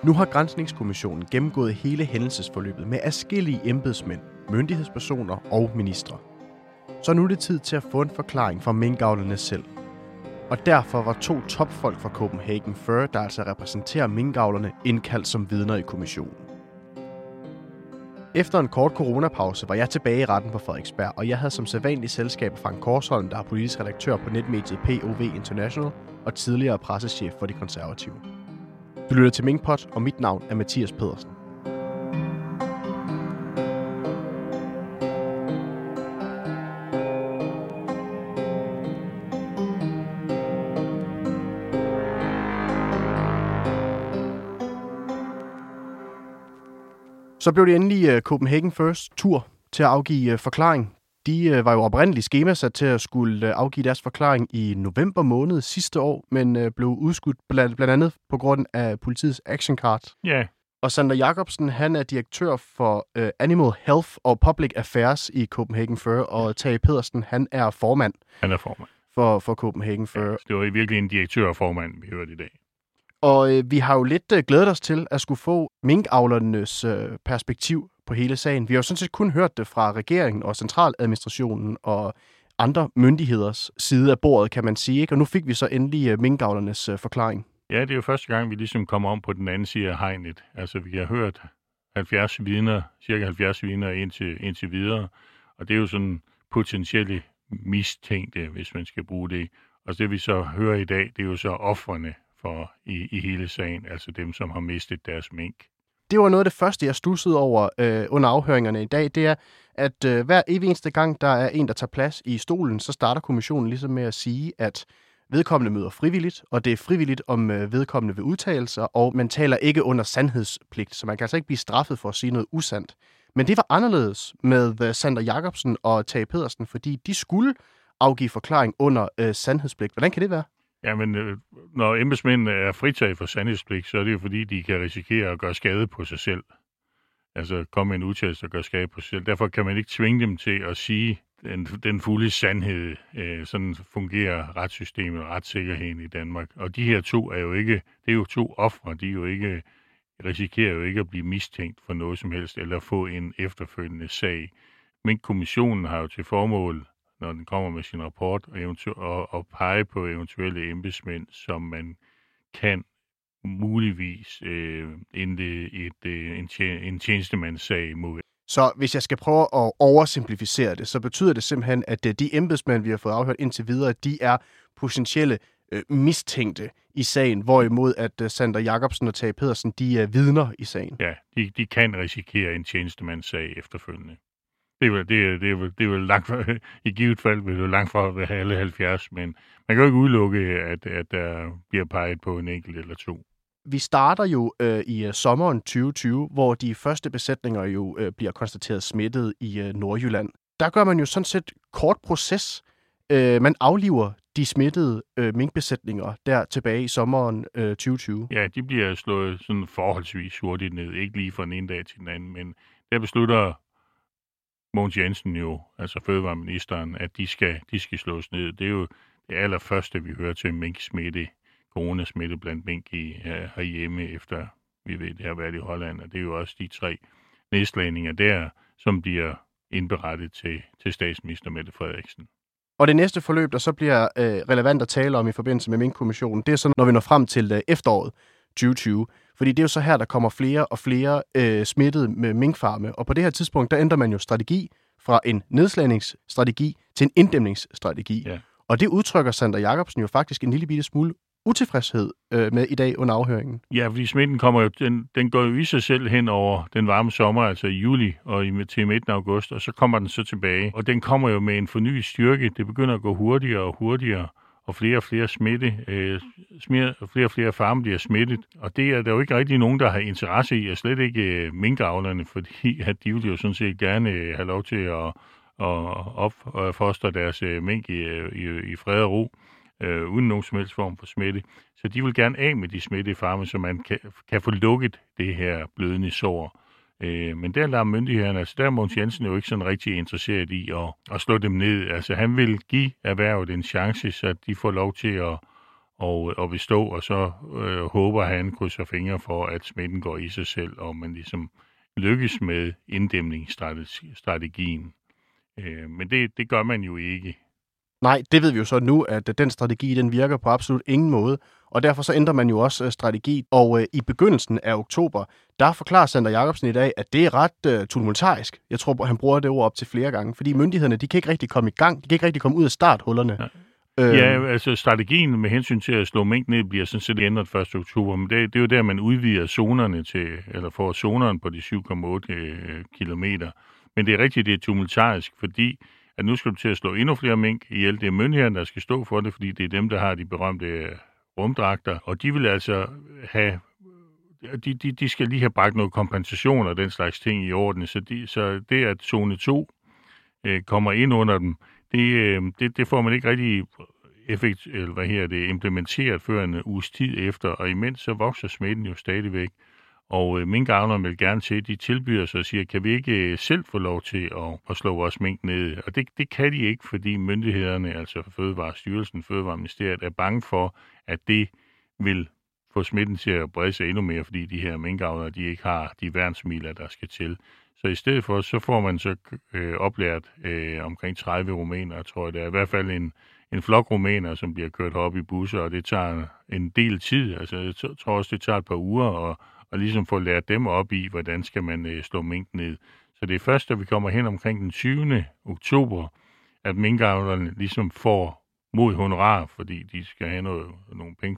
Nu har Granskningskommissionen gennemgået hele hændelsesforløbet med adskillige embedsmænd, myndighedspersoner og ministre. Så nu er det tid til at få en forklaring fra minkavlerne selv. Og derfor var 2 topfolk fra Copenhagen Fur, der altså repræsenterer minkavlerne, indkaldt som vidner i kommissionen. Efter en kort coronapause var jeg tilbage i retten på Frederiksberg, og jeg havde som sædvanlig selskab Frank Korsholm, der er politisk redaktør på netmediet POV International og tidligere pressechef for De Konservative. Du lytter til Minkpot, og mit navn er Mathias Pedersen. Så blev det endelig Copenhagen Furs tur til at afgive forklaring. De var jo oprindeligt skemasat til at skulle afgive deres forklaring i november måned sidste år, men blev udskudt blandt andet på grund af politiets action card. Ja. Og Sander Jacobsen, han er direktør for Animal Health og Public Affairs i Copenhagen Fur, og Tage Pedersen, han er formand. Han er formand. For Copenhagen Fur. Ja, det var i virkelig en direktør og formand, vi hørte i dag. Og vi har jo lidt glædet os til at skulle få minkavlernes perspektiv på hele sagen. Vi har jo sådan set kun hørt det fra regeringen og centraladministrationen og andre myndigheders side af bordet, kan man sige, ikke? Og nu fik vi så endelig minkavlernes forklaring. Ja, det er jo første gang, vi ligesom kommer om på den anden side af hegnet. Altså, vi har hørt 70 vidner, cirka 70 vidner indtil videre, og det er jo sådan potentielle mistænkte, hvis man skal bruge det. Og det vi så hører i dag, det er jo så ofrene for i hele sagen, altså dem, som har mistet deres mink. Det var noget af det første, jeg studsede over under afhøringerne i dag, det er, at hver evig eneste gang, der er en, der tager plads i stolen, så starter kommissionen ligesom med at sige, at vedkommende møder frivilligt, og det er frivilligt, om vedkommende vil udtale sig, og man taler ikke under sandhedspligt, så man kan altså ikke blive straffet for at sige noget usandt. Men det var anderledes med Sander Jacobsen og Tage Pedersen, fordi de skulle afgive forklaring under sandhedspligt. Hvordan kan det være? Jamen, når embedsmændene er fritaget for sandhedspligt, så er det jo fordi, de kan risikere at gøre skade på sig selv. Altså komme med en udtalelse og gøre skade på sig selv. Derfor kan man ikke tvinge dem til at sige den fulde sandhed. Sådan fungerer retssystemet og retssikkerheden i Danmark. Og de her 2 er jo ikke, det er jo 2 ofre, de er jo ikke, risikerer jo ikke at blive mistænkt for noget som helst, eller få en efterfølgende sag. Men kommissionen har jo til formål, når den kommer med sin rapport, og pege på eventuelle embedsmænd, som man kan muligvis en tjenestemandssag imod. Så hvis jeg skal prøve at oversimplificere det, så betyder det simpelthen, at de embedsmænd, vi har fået afhørt indtil videre, de er potentielle mistænkte i sagen, hvorimod at Sander Jacobsen og Tage Pedersen, de er vidner i sagen. Ja, de kan risikere en tjenestemandssag efterfølgende. Det er vel langt fra, i givet fald vil det langt fra at være alle 70, men man kan jo ikke udelukke, at der bliver peget på en enkelt eller 2. Vi starter jo i sommeren 2020, hvor de første besætninger jo bliver konstateret smittet i Nordjylland. Der gør man jo sådan set kort proces. Man afliver de smittede minkbesætninger der tilbage i sommeren 2020. Ja, de bliver slået sådan forholdsvis hurtigt ned. Ikke lige fra den ene dag til den anden, men der beslutter Mogens Jensen jo, altså fødevareministeren, at de skal slås ned. Det er jo det allerførste, vi hører til minksmitte, coronasmitte blandt mink herhjemme, efter vi ved, det har været i Holland. Og det er jo også de 3 nedslagninger der, som bliver indberettet til statsminister Mette Frederiksen. Og det næste forløb, der så bliver relevant at tale om i forbindelse med Minkkommissionen, det er så, når vi når frem til efteråret 2020. Fordi det er jo så her, der kommer flere og flere smittede med minkfarme. Og på det her tidspunkt, der ændrer man jo strategi fra en nedslagningsstrategi til en inddæmningsstrategi. Ja. Og det udtrykker Sander Jacobsen jo faktisk en lille bitte smule utilfredshed med i dag under afhøringen. Ja, fordi smitten kommer jo, den går jo i sig selv hen over den varme sommer, altså i juli og til midten af august, og så kommer den så tilbage. Og den kommer jo med en fornyet styrke. Det begynder at gå hurtigere og hurtigere, og flere og flere flere og flere farme bliver smittet. Og det er der jo ikke rigtig nogen, der har interesse i, og slet ikke minkavlerne, fordi at de vil jo sådan set gerne have lov til at opfostre deres mink i fred og ro, uden nogen som helst form for smitte. Så de vil gerne af med de smittede farme, så man kan få lukket det her blødende sår. Men der lader myndighederne, altså der er Mogens Jensen jo ikke sådan rigtig interesseret i at slå dem ned. Altså han vil give erhvervet en chance, så de får lov til og vil stå, og så håber han, krydser fingre for, at smitten går i sig selv, og man ligesom lykkes med inddæmningsstrategien. Men det gør man jo ikke. Nej, det ved vi jo så nu, at den strategi, den virker på absolut ingen måde, og derfor så ændrer man jo også strategi. Og i begyndelsen af oktober, der forklarer Sander Jacobsen i dag, at det er ret tumultarisk. Jeg tror, han bruger det ord op til flere gange, fordi myndighederne, de kan ikke rigtig komme i gang, de kan ikke rigtig komme ud af starthullerne. Ja, altså strategien med hensyn til at slå mink ned, bliver sådan set ændret 1. oktober, men det er jo der, man udvider zonerne til, eller får zonerne på de 7,8 kilometer. Men det er rigtigt, det er tumultarisk, fordi at nu skal du til at slå endnu flere mink ihjel. Det er myndighederne, der skal stå for det, fordi det er dem, der har de berømte rumdragter, og de vil altså have, de skal lige have bragt noget kompensation og den slags ting i orden, så det, at zone 2 kommer ind under dem, det får man ikke rigtig implementeret før en uges tid efter, og imens så vokser smitten jo stadigvæk. Og minkavlerne vil gerne til, de tilbyder sig og siger, kan vi ikke selv få lov til at slå vores mink ned? Og det kan de ikke, fordi myndighederne, altså Fødevarestyrelsen, Fødevareministeriet, er bange for, at det vil få smitten til at brede sig endnu mere, fordi de her minkavlere, de ikke har de værnsmidler, der skal til. Så i stedet for, så får man så oplært omkring 30 rumænere, tror jeg. Der er i hvert fald en flok rumænere, som bliver kørt op i busser, og det tager en del tid. Altså, jeg tror også, det tager et par uger, og ligesom få lært dem op i, hvordan skal man slå mink ned. Så det er først, da vi kommer hen omkring den 20. oktober, at minkavlerne ligesom får mod honorar, fordi de skal have nogle penge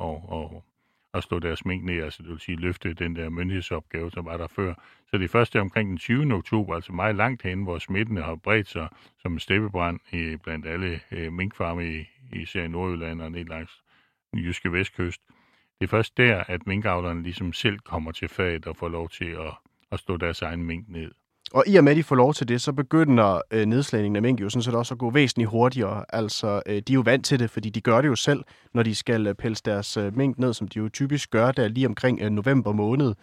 for at slå deres mink ned, altså det vil sige løfte den der myndighedsopgave, som var der før. Så det er først omkring den 20. oktober, altså meget langt hen, hvor smitten har bredt sig som en steppebrand blandt alle minkfarme, især i Nordjylland og ned langs den jyske vestkyst. Det er først der, at minkavlerne ligesom selv kommer til fadet og får lov til at slå deres egen mink ned. Og i og med, at de får lov til det, så begynder nedslagningen af mink jo sådan set også at gå væsentligt hurtigere. Altså, de er jo vant til det, fordi de gør det jo selv, når de skal pelse deres mink ned, som de jo typisk gør der lige omkring november måned.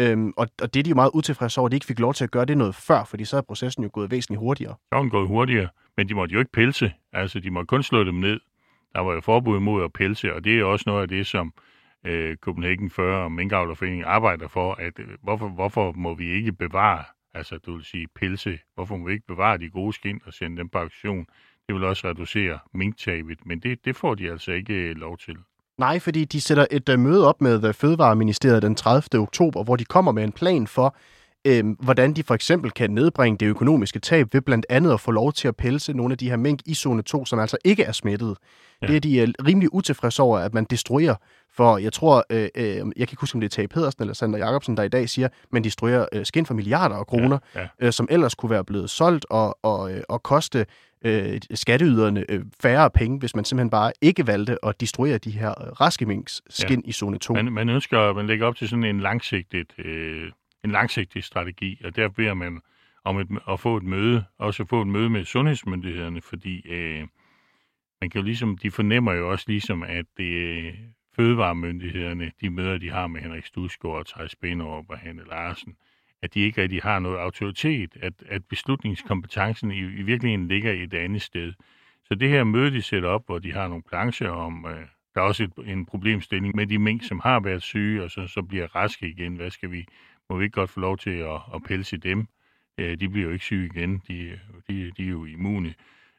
Og det er de jo meget utilfredse over, at de ikke fik lov til at gøre det noget før, fordi så er processen jo gået væsentligt hurtigere. Så er den gået hurtigere, men de måtte jo ikke pelse. Altså, de måtte kun slå dem ned. Der var jo forbud mod at pelse, og det er også noget af det, som Copenhagen 40 og Minkavlerforeningen arbejder for, at hvorfor må vi ikke bevare, altså du vil sige pelse, hvorfor må vi ikke bevare de gode skind og sende dem på auktion? Det vil også reducere minktabet, men det får de altså ikke lov til. Nej, fordi de sætter et møde op med Fødevareministeriet den 30. oktober, hvor de kommer med en plan for, hvordan de for eksempel kan nedbringe det økonomiske tab ved blandt andet at få lov til at pelse nogle af de her mink i zone 2, som altså ikke er smittet. Ja. Det er de rimelig utilfredse over, at man destruerer. For jeg tror, jeg kan ikke huske, om det er Tage Pedersen eller Sander Jacobsen, der i dag siger, man destruerer skind for milliarder af kroner, som ellers kunne være blevet solgt og koste skatteyderne færre penge, hvis man simpelthen bare ikke valgte at destruere de her raske minks skind i zone 2. Man ønsker, man lægger op til sådan en langsigtig strategi, og der beder man om at få et møde, også få et møde med sundhedsmyndighederne, fordi man kan jo ligesom, de fornemmer jo også ligesom, at fødevaremyndighederne, de møder, de har med Henrik Studsgaard og Theis Benderup og Hanne Larsen, at de ikke rigtig har noget autoritet, at beslutningskompetencen i virkeligheden ligger et andet sted. Så det her møde, de sætter op, hvor de har nogle plancher om, der er også en problemstilling med de mink, som har været syge, og så bliver raske igen. Hvad skal vi? Må vi ikke godt få lov til at pelse dem? De bliver jo ikke syge igen. De er jo immune.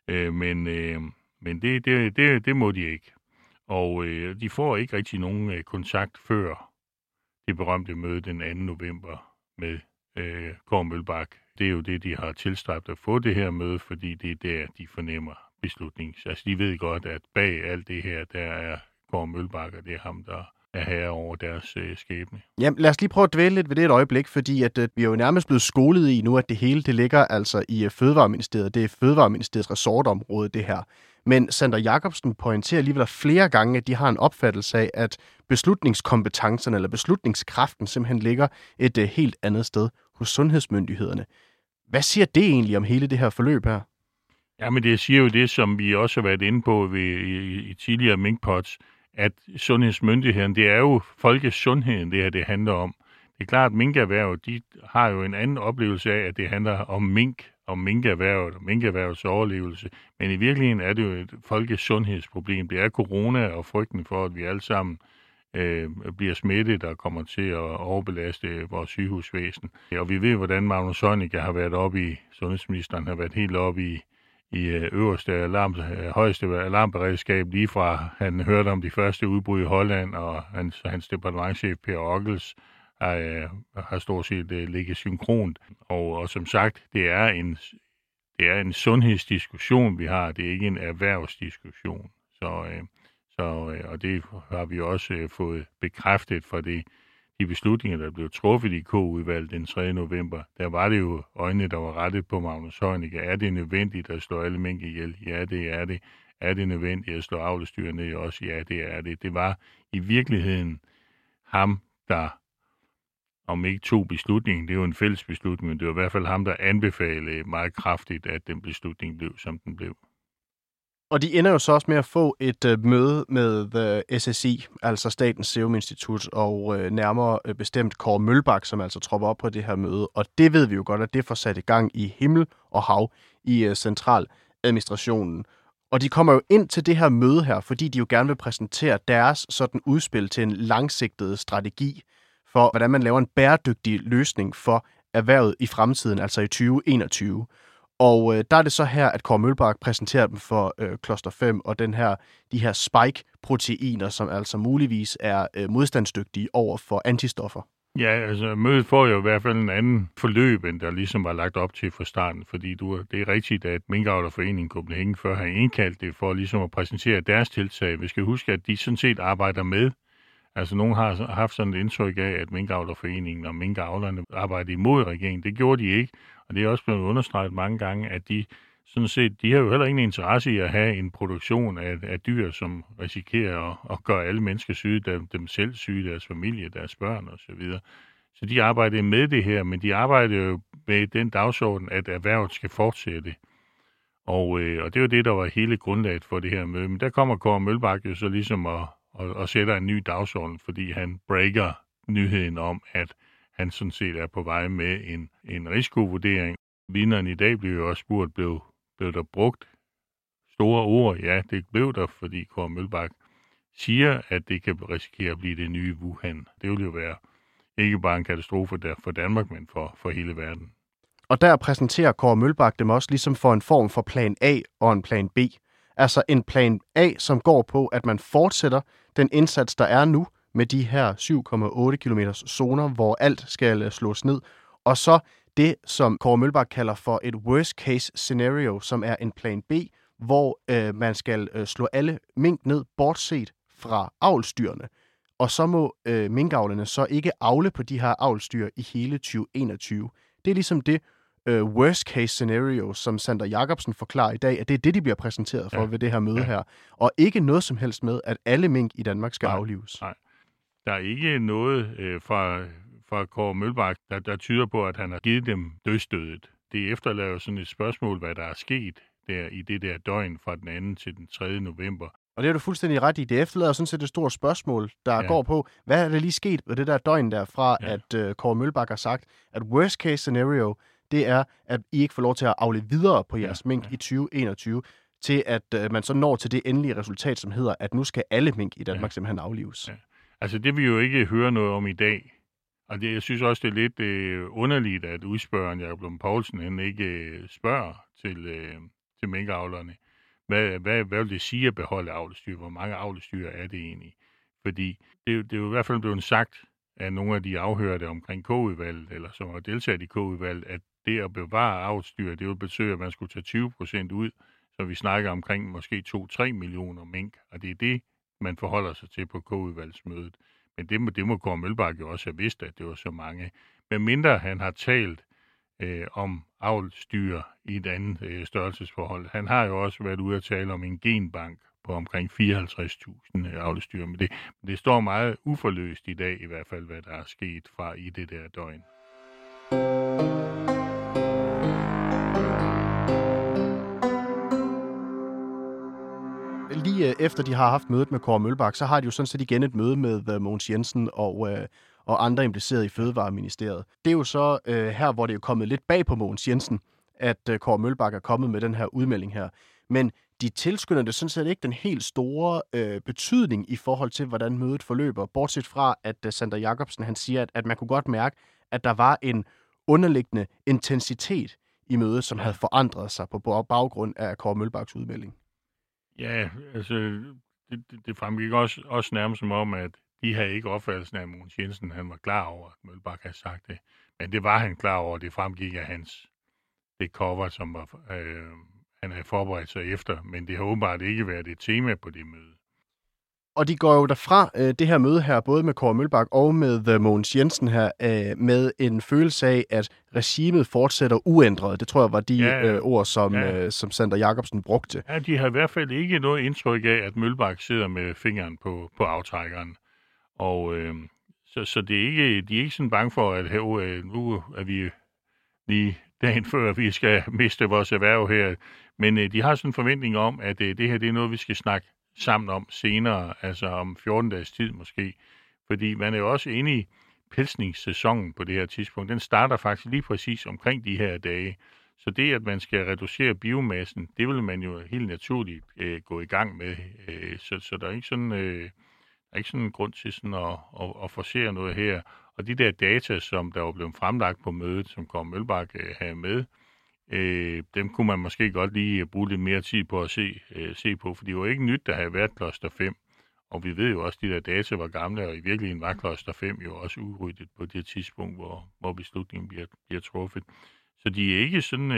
Men det må de ikke. Og de får ikke rigtig nogen kontakt før det berømte møde den 2. november med Kåre Mølbak. Det er jo det, de har tilstræbt at få det her møde, fordi det er der, de fornemmer beslutnings. Altså, de ved godt, at bag alt det her, der er Kåre Mølbak, og det er ham, der er herre over deres skæbne. Jamen, lad os lige prøve at dvæle lidt ved det et øjeblik, fordi at vi er jo nærmest blevet skolet i nu, at det hele det ligger altså i Fødevareministeriet. Det er Fødevareministeriets resortområde, det her. Men Sander Jacobsen pointerer alligevel flere gange, at de har en opfattelse af, at beslutningskompetencerne eller beslutningskraften simpelthen ligger et helt andet sted hos sundhedsmyndighederne. Hvad siger det egentlig om hele det her forløb her? Ja, men det siger jo det, som vi også har været inde på i tidligere minkpods, at sundhedsmyndighederne, det er jo folkesundheden, det her det handler om. Det er klart, at minkerhvervet, de har jo en anden oplevelse af, at det handler om mink om minkerhvervet og minkerhvervets overlevelse. Men i virkeligheden er det jo et folkesundhedsproblem. Det er corona og frygten for, at vi alle sammen bliver smittet og kommer til at overbelaste vores sygehusvæsen. Og vi ved, hvordan Magnus Heunicke har været oppe i, sundhedsministeren har været helt oppe i højeste alarmberedskab, lige fra han hørte om de første udbrud i Holland, og hans departementschef Per Ockels har stort set ligget synkront. Og som sagt, det er en sundhedsdiskussion, vi har. Det er ikke en erhvervsdiskussion. Og det har vi også fået bekræftet fra de beslutninger, der blev truffet i K-udvalget den 3. november. Der var det jo øjnene, der var rettet på Magnus Heunicke. Er det nødvendigt at slå alle mink ihjel? Ja, det er det. Er det nødvendigt at slå avlsdyr ned også? Ja, det er det. Det var i virkeligheden ham, der om ikke tog beslutningen, det er jo en fælles beslutning, men det var i hvert fald ham, der anbefalede meget kraftigt, at den beslutning blev, som den blev. Og de ender jo så også med at få et møde med SSI, altså Statens Serum Institut, og nærmere bestemt Kåre Mølbak, som altså tropper op på det her møde. Og det ved vi jo godt, at det får sat i gang i himmel og hav i centraladministrationen. Og de kommer jo ind til det her møde her, fordi de jo gerne vil præsentere deres sådan udspil til en langsigtet strategi for, hvordan man laver en bæredygtig løsning for erhvervet i fremtiden, altså i 2021. Og der er det så her, at Kåre Mølbak præsenterer dem for Cluster 5 og de her spike-proteiner, som altså muligvis er modstandsdygtige over for antistoffer. Ja, altså mødet får jo i hvert fald en anden forløb, end der ligesom var lagt op til fra starten, fordi det er rigtigt, at Minkavlerforeningen Copenhagen før har indkaldt det for ligesom at præsentere deres tiltag. Vi skal huske, at de sådan set arbejder med. Altså nogen har haft sådan et indtryk af, at Minkavlerforeningen og minkavlerne arbejder imod regeringen. Det gjorde de ikke, og det er også blevet understreget mange gange, at de sådan set, de har jo heller ingen interesse i at have en produktion af dyr, som risikerer at gøre alle mennesker syge, dem selv syge, deres familie, deres børn osv. Så de arbejder med det her, men de arbejder jo med den dagsorden, at erhvervet skal fortsætte. Og det er jo det, der var hele grundlaget for det her møde. Men der kommer Kåre Mølbak jo så ligesom og sætter en ny dagsorden, fordi han breaker nyheden om, at han sådan set er på vej med en risikovurdering. Vinderen i dag blev jo også spurgt, blev der brugt store ord? Ja, det blev der, fordi Kåre Mølbak siger, at det kan risikere at blive det nye Wuhan. Det vil jo være ikke bare en katastrofe for Danmark, men for hele verden. Og der præsenterer Kåre Mølbak dem også ligesom for en form for plan A og en plan B. Altså en plan A, som går på, at man fortsætter den indsats, der er nu med de her 7,8 km zoner, hvor alt skal slås ned. Og så det, som Kåre Mølbak kalder for et worst case scenario, som er en plan B, hvor man skal slå alle mink ned, bortset fra avlsdyrene. Og så må minkavlerne så ikke avle på de her avlsdyr i hele 2021. Det er ligesom det worst case scenario, som Sander Jacobsen forklarer i dag, at det er det, de bliver præsenteret for ved det her møde her. Og ikke noget som helst med, at alle mink i Danmark skal aflives. Nej. Der er ikke noget fra Kåre Mølbak, der tyder på, at han har givet dem dødsstødet. Det efterlader sådan et spørgsmål, hvad der er sket der i det der døgn fra den 2. til den 3. november. Og det er du fuldstændig ret i. Det efterlader sådan set et stort spørgsmål, der går på, hvad er der lige sket ved det der døgn derfra, at Kåre Mølbak har sagt, at worst case scenario, det er, at I ikke får lov til at avle videre på jeres mink i 2021, til at man så når til det endelige resultat, som hedder, at nu skal alle mink i Danmark simpelthen aflives. Ja. Altså det vil jo ikke høre noget om i dag. Og jeg synes også, det er lidt underligt, at udspørgeren Jakob Lund Poulsen han ikke spørger til minkavlerne. Hvad vil det sige at beholde avlsdyr? Hvor mange avlsdyr er det egentlig? Fordi det er jo i hvert fald blevet sagt af nogle af de afhørte omkring K-udvalget, eller som har deltaget i K-udvalget, at det at bevare avlsdyr, det vil betyde, at man skulle tage 20% ud, så vi snakker omkring måske 2-3 millioner mink, og det er det, man forholder sig til på K-udvalgsmødet. Men det må Kåre Mølbak jo også have vidst, at det var så mange. Men mindre han har talt om avlsdyr i et andet størrelsesforhold. Han har jo også været ude at tale om en genbank på omkring 54.000 avlsdyr. Men det står meget uforløst i dag, i hvert fald, hvad der er sket fra i det der døgn. Lige efter de har haft mødet med Kåre Mølbak, så har de jo sådan set igen et møde med Mogens Jensen og andre implicerede i Fødevareministeriet. Det er jo så her, hvor det er kommet lidt bag på Mogens Jensen, at Kåre Mølbak er kommet med den her udmelding her. Men de tilskynder det sådan set ikke den helt store betydning i forhold til, hvordan mødet forløber, bortset fra, at Sander Jacobsen han siger, at man kunne godt mærke, at der var en underliggende intensitet i mødet, som havde forandret sig på baggrund af Kåre Mølbaks udmelding. Ja, altså det fremgik også nærmest som om, at de havde ikke opfattelsen af, at Mogens Jensen han var klar over, at Mølbak havde sagt det. Men det var han klar over, det fremgik af det cover, som var, han havde forberedt sig efter. Men det har åbenbart ikke været et tema på det møde. Og de går jo derfra det her møde her, både med Kåre Mølbak og med Mogens Jensen her, med en følelse af, at regimet fortsætter uændret. Det tror jeg var de ord, som Sander Jacobsen brugte. Ja, de har i hvert fald ikke noget indtryk af, at Mølbak sidder med fingeren på aftrækkeren. Og så det er ikke, de er ikke sådan bange for, at nu er vi lige dagen før, vi skal miste vores erhverv her. Men de har sådan en forventning om, at det her det er noget, vi skal snakke sammen om senere, altså om 14 dages tid måske. Fordi man er jo også inde i pelsningssæsonen på det her tidspunkt. Den starter faktisk lige præcis omkring de her dage. Så det, at man skal reducere biomassen, det vil man jo helt naturligt gå i gang med. Så der er ikke sådan en grund til sådan at forsere noget her. Og de der data, som der var blevet fremlagt på mødet, som Kåre Mølbak havde med, dem kunne man måske godt lige bruge lidt mere tid på at se på, for det var ikke nyt, der havde været Cluster 5. Og vi ved jo også, at de der data var gamle, og i virkeligheden var Cluster 5 jo også udryddet på det tidspunkt, hvor beslutningen bliver truffet. Så de er ikke sådan,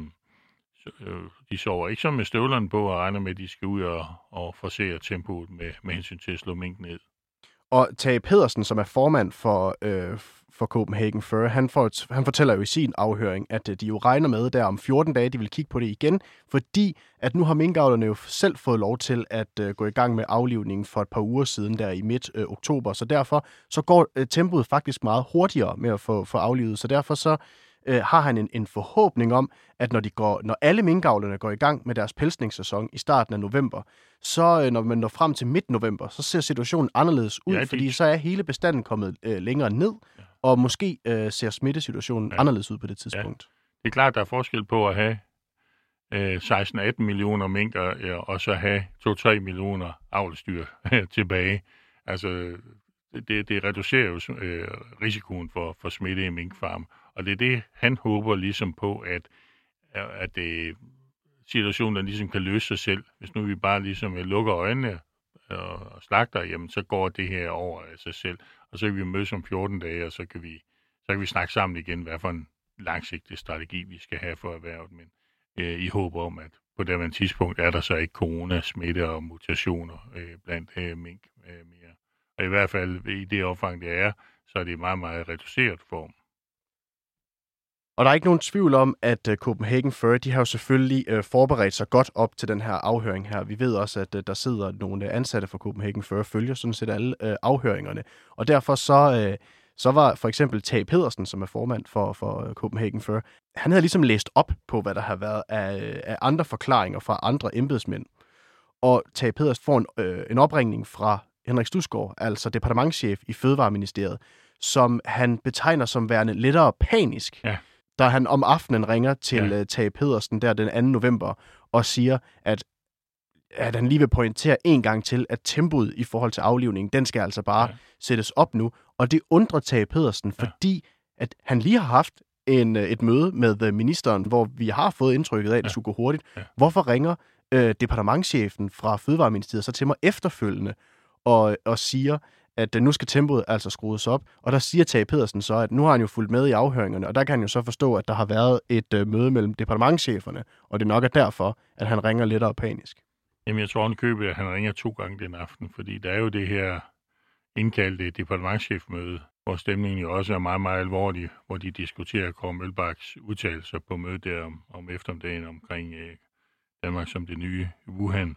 de sover ikke sådan med støvlerne på og regner med, at de skal ud og forsere tempoet med hensyn til at slå mink ned. Og Tage Pedersen, som er formand for Copenhagen Fur, han fortæller jo i sin afhøring, at de jo regner med der om 14 dage, de vil kigge på det igen, fordi at nu har minkavlerne jo selv fået lov til at gå i gang med aflivningen for et par uger siden, der i midt oktober. Så derfor så går tempoet faktisk meget hurtigere med at få aflivet. Så derfor så har han en forhåbning om, at når alle minkavlerne går i gang med deres pelsningssæson i starten af november, så når man når frem til midt november, så ser situationen anderledes ud, fordi så er hele bestanden kommet længere ned, og måske ser smittesituationen anderledes ud på det tidspunkt. Ja. Det er klart, der er forskel på at have 16-18 millioner mink, og så have 2-3 millioner avlsdyr tilbage. Altså, det reducerer jo risikoen for smitte i minkfarm. Og det er det, han håber ligesom på, at situationen ligesom kan løse sig selv. Hvis nu vi bare ligesom lukker øjnene og slagter, jamen så går det her over af sig selv. Og så kan vi mødes om 14 dage, og så kan vi snakke sammen igen, hvad for en langsigtet strategi vi skal have for erhvervet. Men i håb om, at på det tidspunkt er der så ikke coronasmitte og mutationer blandt mink mere. Og i hvert fald i det omfang, det er, så er det meget, meget reduceret form. Og der er ikke nogen tvivl om, at Copenhagen Fur, de har jo selvfølgelig forberedt sig godt op til den her afhøring her. Vi ved også, at der sidder nogle ansatte fra Copenhagen Fur og følger sådan set alle afhøringerne. Og derfor så var for eksempel Tage Pedersen, som er formand for Copenhagen Fur, han havde ligesom læst op på, hvad der har været af andre forklaringer fra andre embedsmænd. Og Tage Pedersen får en opringning fra Henrik Studsgaard, altså departementschef i Fødevareministeriet, som han betegner som værende lettere panisk, da han om aftenen ringer til Tage Pedersen der den 2. november og siger, at han lige vil pointere en gang til, at tempoet i forhold til aflivningen, den skal altså bare sættes op nu. Og det undrer Tage Pedersen, fordi at han lige har haft et møde med ministeren, hvor vi har fået indtrykket af, at det skulle gå hurtigt. Hvorfor ringer departementschefen fra Fødevareministeriet så til mig efterfølgende og siger, at nu skal tempoet altså skrues op. Og der siger Tage Pedersen så, at nu har han jo fulgt med i afhøringerne, og der kan han jo så forstå, at der har været et møde mellem departementscheferne, og det nok er derfor, at han ringer lettere panisk. Jamen, jeg tror ovenikøbet, at han ringer 2 gange den aften, fordi der er jo det her indkaldte departementschefmøde, hvor stemningen jo også er meget, meget alvorlig, hvor de diskuterer Kåre Mølbaks udtalelser på mødet der om eftermiddagen omkring Danmark som det nye Wuhan.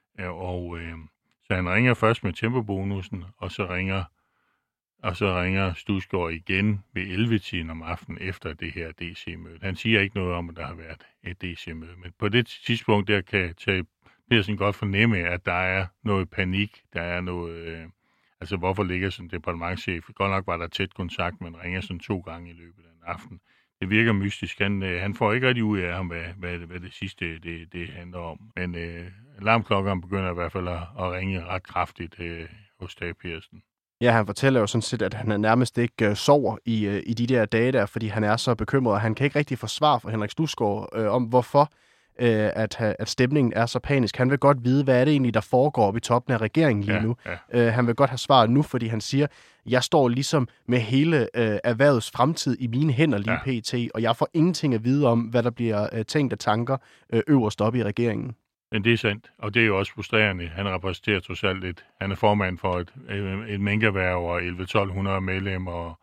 Så han ringer først med tempobonusen, og så ringer Studsgaard igen ved 11-tiden om aftenen efter det her DC-møde. Han siger ikke noget om, at der har været et DC-møde, men på det tidspunkt der kan Tage Pedersen godt fornemme, at der er noget panik, der er noget... altså, hvorfor ligger sådan en departementschef? Godt nok var der tæt kontakt, men ringer sådan 2 gange i løbet af en aften. det virker mystisk. Han får ikke rigtig ud af ham, hvad det sidste det handler om. Men alarmklokkerne begynder i hvert fald at ringe ret kraftigt hos Tage Pedersen. Ja, han fortæller jo sådan set, at han nærmest ikke sover i de der dage der, fordi han er så bekymret, og han kan ikke rigtig få svar fra Henrik Studsgaard om, hvorfor at stemningen er så panisk. Han vil godt vide, hvad er det egentlig, der foregår oppe i toppen af regeringen lige nu. Ja. Han vil godt have svar nu, fordi han siger, jeg står ligesom med hele erhvervets fremtid i mine hænder lige pt., og jeg får ingenting at vide om, hvad der bliver tænkt af tanker øverst oppe i regeringen. Men det er sandt, og det er jo også frustrerende. Han repræsenterer trods alt han er formand for et minkerhverv og 11-1200 medlemmer,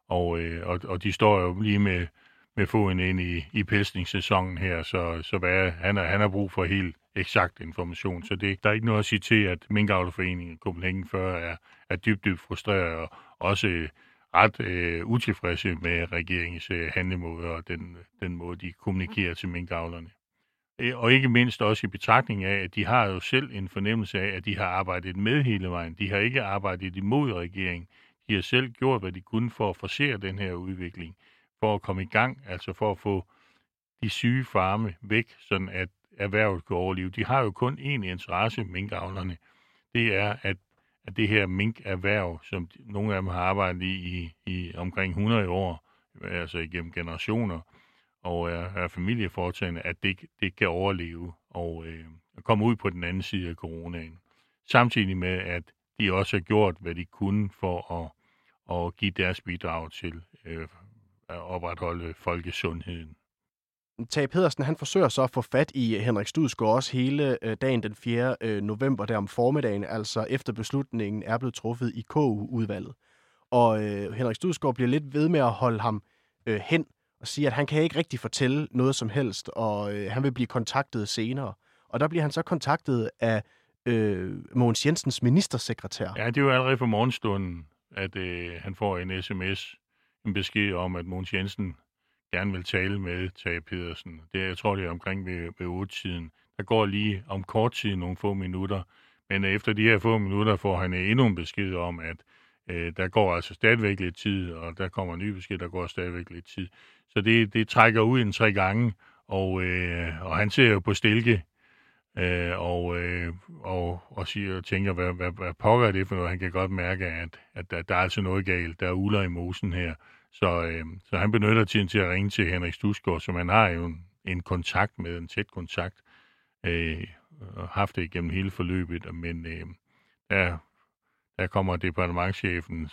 og de står jo lige med foden ind i pelsningssæsonen her, så han har brug for helt eksakt information. Så der er ikke noget at sige til, at Minkavlerforeningen Copenhagen 40 er dybt frustreret og også ret utilfredse med regeringens handlemåde og den måde, de kommunikerer til minkavlerne. Og ikke mindst også i betragtning af, at de har jo selv en fornemmelse af, at de har arbejdet med hele vejen. De har ikke arbejdet imod regeringen. De har selv gjort, hvad de kunne for at forcere den her udvikling, for at komme i gang, altså for at få de syge farme væk, sådan at erhvervet kan overleve. De har jo kun én interesse, minkavlerne. Det er, at det her minkerhverv, som nogle af dem har arbejdet i omkring 100 år, altså igennem generationer, og er familieforetagende, at det kan overleve og komme ud på den anden side af coronaen. Samtidig med, at de også har gjort, hvad de kunne for at give deres bidrag til at opretholde folkesundheden. Tage Pedersen, han forsøger så at få fat i Henrik Studsgaard også hele dagen den 4. november, der om formiddagen, altså efter beslutningen er blevet truffet i KU-udvalget. Og Henrik Studsgaard bliver lidt ved med at holde ham hen og sige, at han kan ikke rigtig fortælle noget som helst, og han vil blive kontaktet senere. Og der bliver han så kontaktet af Mogens Jensens ministersekretær. Ja, det er jo allerede for morgenstunden, at han får en sms, en besked om, at Mogens Jensen gerne vil tale med Tage Pedersen. Jeg tror, det er omkring ved 8-tiden. Der går lige om kort tid nogle få minutter, men efter de her få minutter får han endnu en besked om, at der går altså stadigvæk lidt tid, og der kommer en ny besked, der går stadigvæk lidt tid. Så det trækker ud en 3 gange, og han ser jo på stilke, og siger og tænker, hvad pokker er det for noget? Han kan godt mærke, at der er altså noget galt. Der er uler i mosen her. Så han benytter tiden til at ringe til Henrik Studsgaard, som han har jo en kontakt med, en tæt kontakt, og haft det igennem hele forløbet. Men der kommer departementschefen,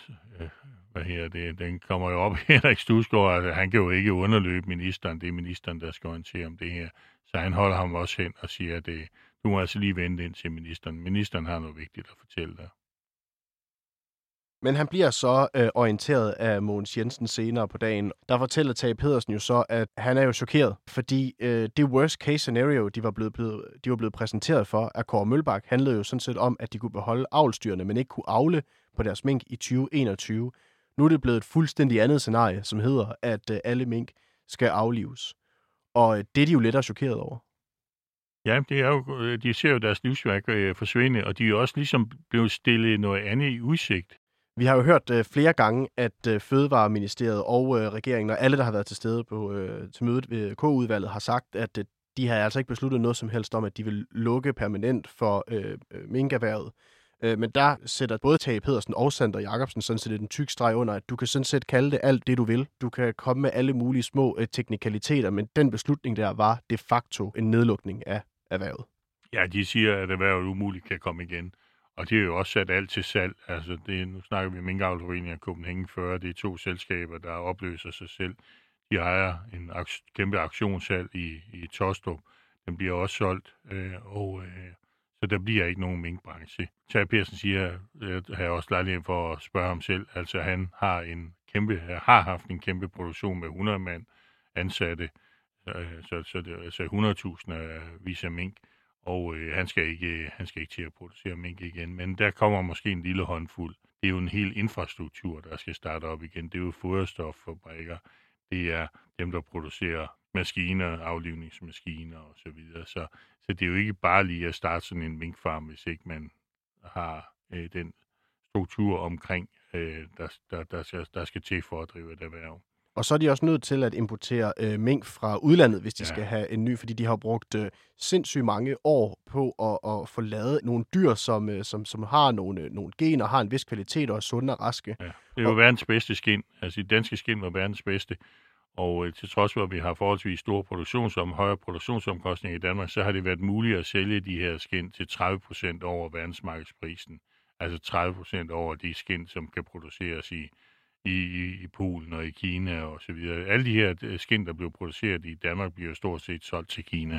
den kommer jo op, Henrik Studsgaard, altså, han kan jo ikke underløbe ministeren, det er ministeren, der skal orientere om det her. Så han holder ham også hen og siger, at du må altså lige vente ind til ministeren. Ministeren har noget vigtigt at fortælle dig. Men han bliver så orienteret af Mogens Jensen senere på dagen. Der fortæller Tage Pedersen jo så, at han er jo chokeret, fordi det worst case scenario, de var blevet præsenteret for af Kåre Mølbak, handlede jo sådan set om, at de kunne beholde avlsdyrene, men ikke kunne avle på deres mink i 2021. Nu er det blevet et fuldstændig andet scenarie, som hedder, at alle mink skal aflives. Og det er de jo lidt chokeret over. Ja, det er jo, de ser jo deres livsværk forsvinde, og de er jo også ligesom blevet stillet noget andet i udsigt. Vi har jo hørt flere gange, at Fødevareministeriet og regeringen og alle, der har været til stede til mødet ved K-udvalget, har sagt, at de har altså ikke besluttet noget som helst om, at de vil lukke permanent for minkerhvervet. Men der sætter både Tage Pedersen og Sander Jacobsen sådan set en tyk streg under, at du kan sådan set kalde det alt det, du vil. Du kan komme med alle mulige små teknikaliteter, men den beslutning der var de facto en nedlukning af erhvervet. Ja, de siger, at erhvervet umuligt kan komme igen. Og de har jo også sat alt til salg. Altså, nu snakker vi om Minkavlerforeningen Copenhagen 40. Det er 2 selskaber, der opløser sig selv. De ejer en kæmpe auktionssalg i Tostrup. Den bliver også solgt, så der bliver ikke nogen minkbranche. Tage Pedersen siger, jeg har også lejlighed for at spørge ham selv. Altså, han har haft en kæmpe produktion med 100 mand ansatte, så det er altså 100.000 vis af mink. Og han skal ikke til at producere mink igen. Men der kommer måske en lille håndfuld. Det er jo en hel infrastruktur, der skal starte op igen. Det er jo foderstoffabrikker. Det er dem, der producerer maskiner, aflivningsmaskiner osv. Så det er jo ikke bare lige at starte sådan en minkfarm, hvis ikke man har den struktur omkring, der skal til for at drive et erhverv. Og så er de også nødt til at importere mink fra udlandet, hvis de skal have en ny, fordi de har brugt sindssygt mange år på at få lavet nogle dyr, som har nogle gener, har en vis kvalitet og er sunde og raske. Ja. Det er jo verdens bedste skind. Altså, de danske skind var verdens bedste. Og til trods for, at vi har forholdsvis højere produktionsomkostninger i Danmark, så har det været muligt at sælge de her skind til 30% over verdensmarkedsprisen. Altså 30% over de skind, som kan produceres i Polen og i Kina og så videre. Alle de her skind, der bliver produceret i Danmark, bliver stort set solgt til Kina.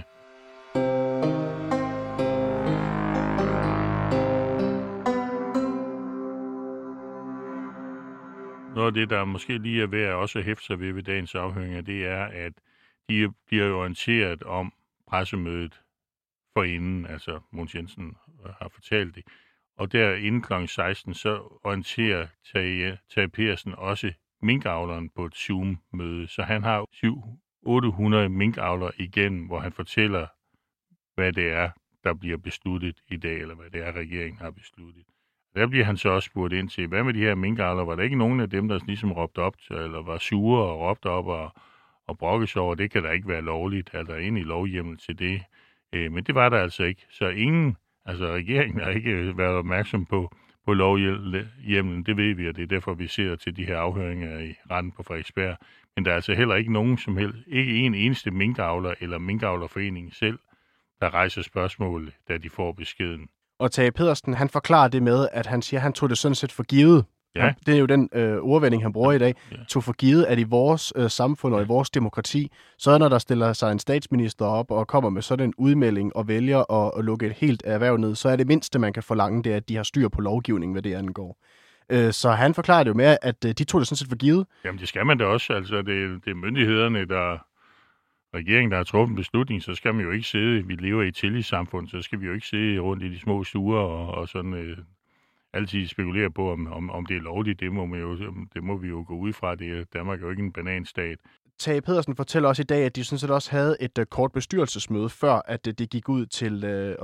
Noget af det, der måske lige er værd også at hæfte sig ved dagens afhøringer, det er, at de bliver orienteret om pressemødet forinden, altså Mogens Jensen har fortalt det. Og der inden kl. 16, så orienterer Tage Persen også minkavleren på et Zoom-møde. Så han har 700-800 minkavlere igen, hvor han fortæller, hvad det er, der bliver besluttet i dag, eller hvad det er, regeringen har besluttet. Der bliver han så også spurgt ind til, hvad med de her minkavlere? Var der ikke nogen af dem, der ligesom råbte op, eller var sure og råbte op og brokkede sig over? Det kan da ikke være lovligt. Er der egentlig lovhjemmel til det? Men det var der altså ikke. Så regeringen har ikke været opmærksom på lovhjemmelen. Det ved vi, og det er derfor, vi ser til de her afhøringer i retten på Frederiksberg. Men der er altså heller ikke nogen som helst, ikke en eneste minkavler eller minkavlerforening selv, der rejser spørgsmål, da de får beskeden. Og Tage Pedersen, han forklarer det med, at han siger, at han tog det sådan set for givet. Ja. Det er jo den ordvending, han bruger i dag. Ja. Tog for givet, at i vores samfund og i vores demokrati, så når der stiller sig en statsminister op og kommer med sådan en udmelding og vælger at lukke et helt erhverv ned, så er det mindste, man kan forlange, det, at de har styr på lovgivningen, hvad det angår. Så han forklarer det jo med, at de tog det sådan set for givet. Jamen, det skal man da også. Altså, det er myndighederne, regeringen, der har truffet en beslutning, så skal man jo ikke sidde, vi lever i et tillidssamfund, så skal vi jo ikke sidde rundt i de små stuer og sådan altid spekulere på, om det er lovligt. Det må vi jo gå ud fra. Danmark er jo ikke en bananstat. Tage Pedersen fortæller også i dag, at de sådan set også havde et kort bestyrelsesmøde, før at det gik ud til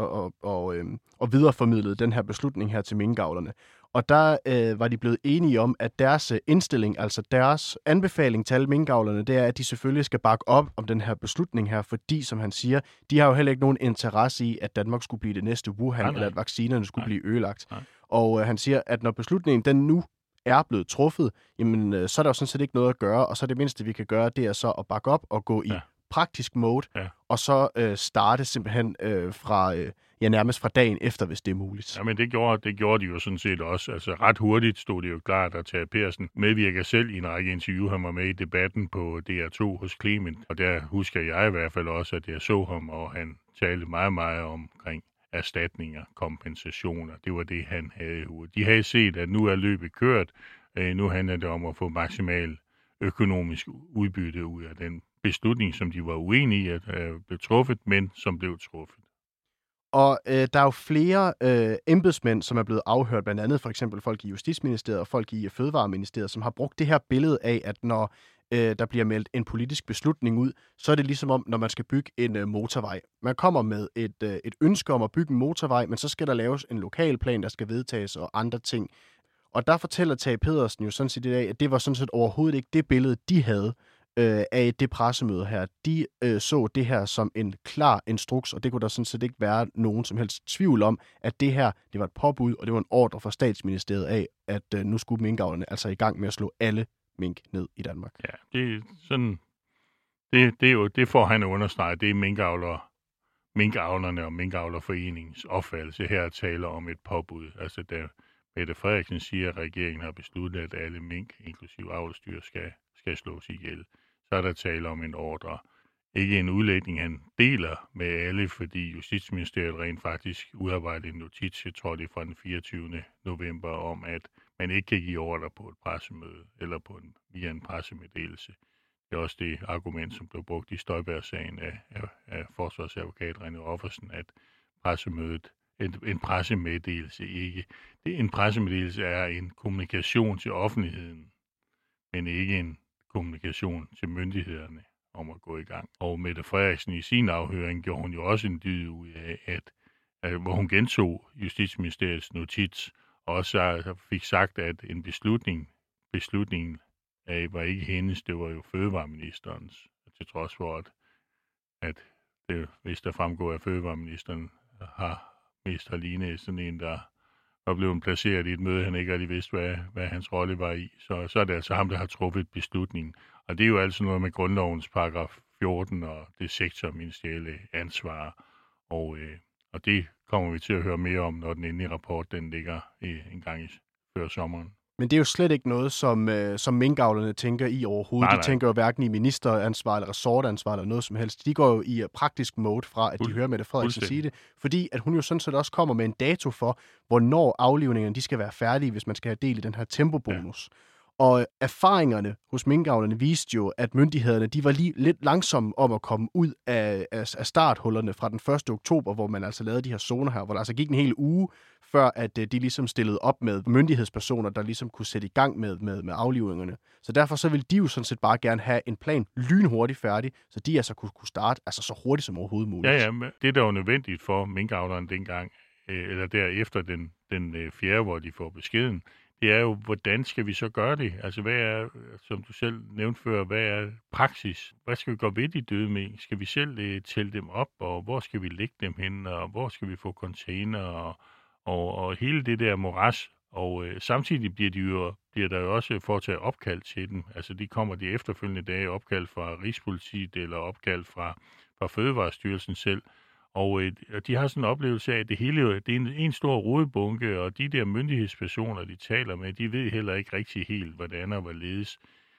at videreformidle den her beslutning her til minkavlerne. Og der var de blevet enige om, at deres indstilling, altså deres anbefaling til alle minkavlerne, det er, at de selvfølgelig skal bakke op om den her beslutning her, fordi, som han siger, de har jo heller ikke nogen interesse i, at Danmark skulle blive det næste Wuhan, eller at vaccinerne skulle blive ødelagt. Nej. Og han siger, at når beslutningen den nu er blevet truffet, jamen så er der jo sådan set ikke noget at gøre, og så det mindste, vi kan gøre, det er så at bakke op og gå i praktisk mode, og så starte simpelthen nærmest fra dagen efter, hvis det er muligt. Ja, men det gjorde de jo sådan set også. Altså ret hurtigt stod det jo klart, at Tage Persen medvirker selv i en række interview. Han var med i debatten på DR2 hos Clement, og der husker jeg i hvert fald også, at jeg så ham, og han talte meget, meget omkring erstatninger, kompensationer. Det var det, han havde i hovedet. De havde set, at nu er løbet kørt. Nu handler det om at få maksimal økonomisk udbytte ud af den beslutning, som de var uenige i at blev truffet, men som blev truffet. Og der er jo flere embedsmænd, som er blevet afhørt, blandt andet for eksempel folk i Justitsministeriet og folk i Fødevareministeriet, som har brugt det her billede af, at når der bliver meldt en politisk beslutning ud, så er det ligesom om, når man skal bygge en motorvej. Man kommer med et ønske om at bygge en motorvej, men så skal der laves en lokalplan, der skal vedtages og andre ting. Og der fortæller Tage Pedersen jo sådan set i dag, at det var sådan set overhovedet ikke det billede, de havde af det pressemøde her. De så det her som en klar instruks, og det kunne der sådan set ikke være nogen som helst tvivl om, at det her, det var et påbud, og det var en ordre fra Statsministeriet af, at nu skulle minkavlerne altså i gang med at slå alle mink ned i Danmark. Ja, det er sådan, det får han understreget, det er minkavlerne og minkavlerforeningens opfattelse her at tale om et påbud. Altså da Mette Frederiksen siger, at regeringen har besluttet, at alle mink, inklusive avlsdyr, skal slås ihjel, så er der tale om en ordre. Ikke en udlægning, han deler med alle, fordi Justitsministeriet rent faktisk udarbejdede en notits, jeg tror det er fra den 24. november, om at man ikke kan give ordre på et pressemøde eller via en pressemeddelelse. Det er også det argument, som blev brugt i Støjberg-sagen af forsvarsadvokat René Offersen, at pressemødet, en pressemeddelelse ikke. En pressemeddelelse er en kommunikation til offentligheden, men ikke en kommunikation til myndighederne om at gå i gang. Og Mette Frederiksen i sin afhøring gjorde hun jo også en dyd ud af, hvor hun gentog Justitsministeriets notits, og også fik sagt, at en beslutningen var ikke hendes, det var jo fødevareministerens, til trods for, at det, hvis der fremgår, at fødevareministeren mest har lignet sådan en, der var blevet placeret i et møde, han ikke rigtig vidste, hvad hans rolle var i. Så er det altså ham, der har truffet beslutningen. Og det er jo altså noget med grundlovens paragraf 14 og det sektorministerielle ansvar. Og det kommer vi til at høre mere om, når den endelige rapport den ligger en gang før sommeren. Men det er jo slet ikke noget, som minkavlerne tænker i overhovedet. Nej. De tænker jo hverken i ministeransvar eller resortansvar eller noget som helst. De går jo i praktisk mode fra, at de hører Mette Frederiksen sige det. Fordi at hun jo sådan set også kommer med en dato for, hvornår aflivningerne de skal være færdige, hvis man skal have del i den her tempobonus. Ja. Og erfaringerne hos minkavlerne viste jo, at myndighederne de var lidt langsomme om at komme ud af starthullerne fra den 1. oktober, hvor man altså lavede de her zoner her, hvor der altså gik en hel uge, før at de ligesom stillede op med myndighedspersoner, der ligesom kunne sætte i gang med aflivningerne. Så derfor så ville de jo sådan set bare gerne have en plan lynhurtigt færdig, så de altså kunne starte altså så hurtigt som overhovedet muligt. Ja, men det der var nødvendigt for minkavlerne dengang, eller derefter den 4., hvor de får beskeden, det er jo, hvordan skal vi så gøre det? Altså, hvad er, som du selv nævnte før, hvad er praksis? Hvad skal vi gøre ved de døde mink? Skal vi selv tælle dem op, og hvor skal vi lægge dem hen, og hvor skal vi få container, og hele det der moras? Og samtidig bliver der jo også foretaget opkald til dem. Altså, de kommer de efterfølgende dage opkald fra Rigspolitiet, eller opkald fra Fødevarestyrelsen selv. Og de har sådan en oplevelse af, at det hele det er en stor rodebunke, og de der myndighedspersoner, de taler med, de ved heller ikke rigtig helt, hvordan og hvorledes.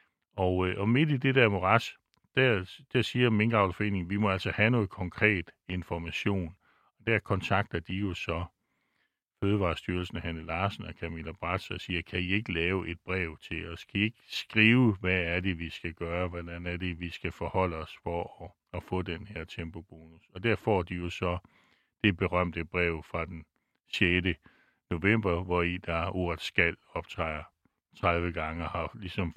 Og midt i det der moras, der siger Minkavlerforeningen, vi må altså have noget konkret information. Og der kontakter de jo så Fødevarestyrelsen, Hanne Larsen og Camilla Bratz, og siger, kan I ikke lave et brev til os? Kan I ikke skrive, hvad er det, vi skal gøre? Hvordan er det, vi skal forholde os for at få den her tempobonus? Og der får de jo så det berømte brev fra den 6. november, hvor i der ordet skal optræder 30 gange, har ligesom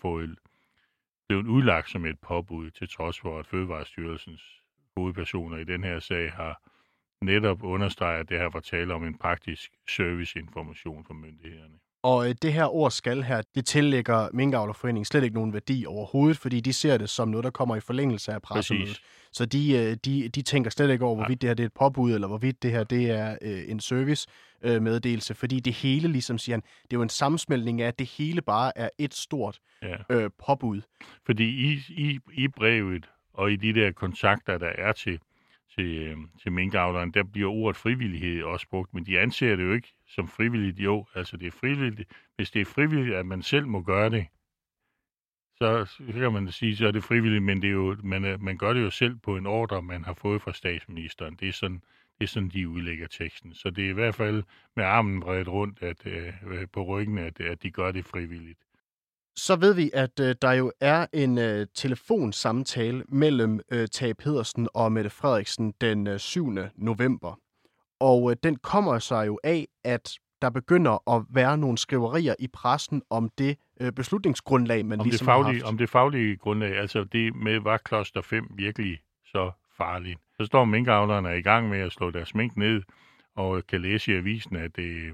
blevet udlagt som et påbud, til trods for, at Fødevarestyrelsens hovedpersoner i den her sag har netop understreger, at det her var tale om en praktisk serviceinformation for myndighederne. Og det her ord skal her, det tillægger Minkavlerforeningen slet ikke nogen værdi overhovedet, fordi de ser det som noget, der kommer i forlængelse af pressemødet. Så de tænker slet ikke over, hvorvidt det her det er et påbud, eller hvorvidt det her det er en servicemeddelelse, fordi det hele, ligesom siger han, det er jo en sammensmeltning af, at det hele bare er et stort påbud. Fordi i brevet og i de der kontakter, der er til minkavleren, der bliver ordet frivillighed også brugt, men de anser det jo ikke som frivilligt. Jo, altså det er frivilligt. Hvis det er frivilligt, at man selv må gøre det, så kan man sige, så er det frivilligt, men det er jo, man gør det jo selv på en ordre, man har fået fra statsministeren. Det er sådan, de udlægger teksten. Så det er i hvert fald med armen bredt rundt på ryggen, at de gør det frivilligt. Så ved vi, at der jo er en telefonsamtale mellem Tage Pedersen og Mette Frederiksen den 7. november. Og den kommer sig jo af, at der begynder at være nogle skriverier i pressen om det beslutningsgrundlag, man ligesom har haft. Om det faglige grundlag, altså det med, var Kloster 5 virkelig så farligt. Så står minkavlerne i gang med at slå deres mink ned, og kan læse i avisen, at det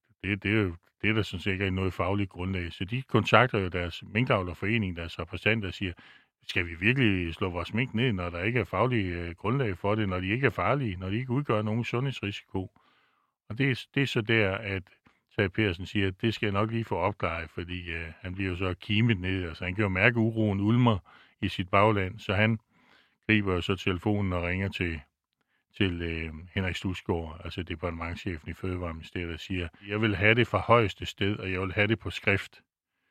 er der sådan set ikke noget fagligt grundlag. Så de kontakter jo deres minkavlerforening, deres repræsentanter, og siger, skal vi virkelig slå vores mink ned, når der ikke er faglig grundlag for det, når de ikke er farlige, når de ikke udgør nogen sundhedsrisiko. Og det er så der, at Tage Pedersen siger, at det skal jeg nok lige få opklaret, fordi han bliver jo så kimet ned, altså han kan jo mærke uroen ulmer i sit bagland, så han griber jo så telefonen og ringer til Henrik Studsgaard, altså departementschefen i Fødevareministeriet, og siger, jeg vil have det fra højeste sted, og jeg vil have det på skrift.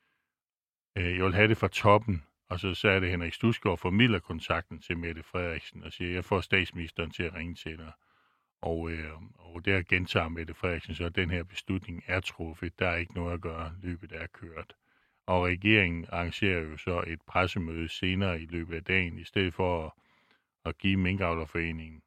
Jeg vil have det fra toppen. Og så er det Henrik Studsgaard formidler kontakten til Mette Frederiksen og siger, jeg får statsministeren til at ringe til dig. Og der gentager Mette Frederiksen så, at den her beslutning er truffet. Der er ikke noget at gøre. Løbet er kørt. Og regeringen arrangerer jo så et pressemøde senere i løbet af dagen, i stedet for at give Minkavlerforeningen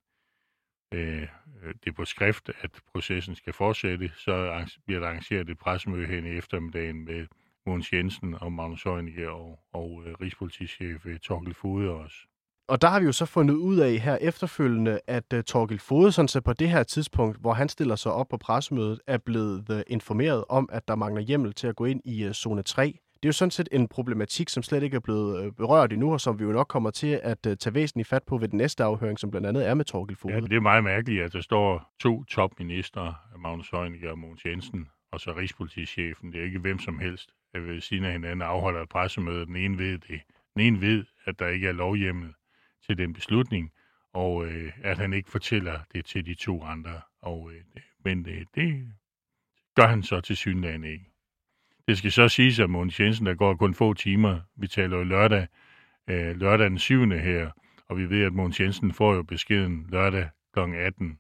det på skrift, at processen skal fortsætte, så bliver der arrangeret et pressemøde hen i eftermiddagen med Mogens Jensen og Magnus Heunicke og Rigspolitichef Thorkild Foged også. Og der har vi jo så fundet ud af her efterfølgende, at Thorkild Foged sådan så på det her tidspunkt, hvor han stiller sig op på pressemødet, er blevet informeret om, at der mangler hjemmel til at gå ind i zone 3. Det er jo sådan set en problematik, som slet ikke er blevet berørt endnu, og som vi jo nok kommer til at tage væsentligt fat på ved den næste afhøring, som blandt andet er med Thorkild Foged. Ja, det er meget mærkeligt, at der står 2 topministre, Magnus Heunicke og Mogens Jensen, og så rigspolitichefen. Det er ikke hvem som helst, der ved siden af hinanden afholder et pressemøde. Den ene ved det. Den ene ved, at der ikke er lovhjemmel til den beslutning, og at han ikke fortæller det til de 2 andre. Men det gør han så til synligheden ikke. Det skal så siges, at Mogens Jensen, der går kun få timer. Vi taler jo lørdag den 7. her, og vi ved, at Mogens Jensen får jo beskeden lørdag kl. 18.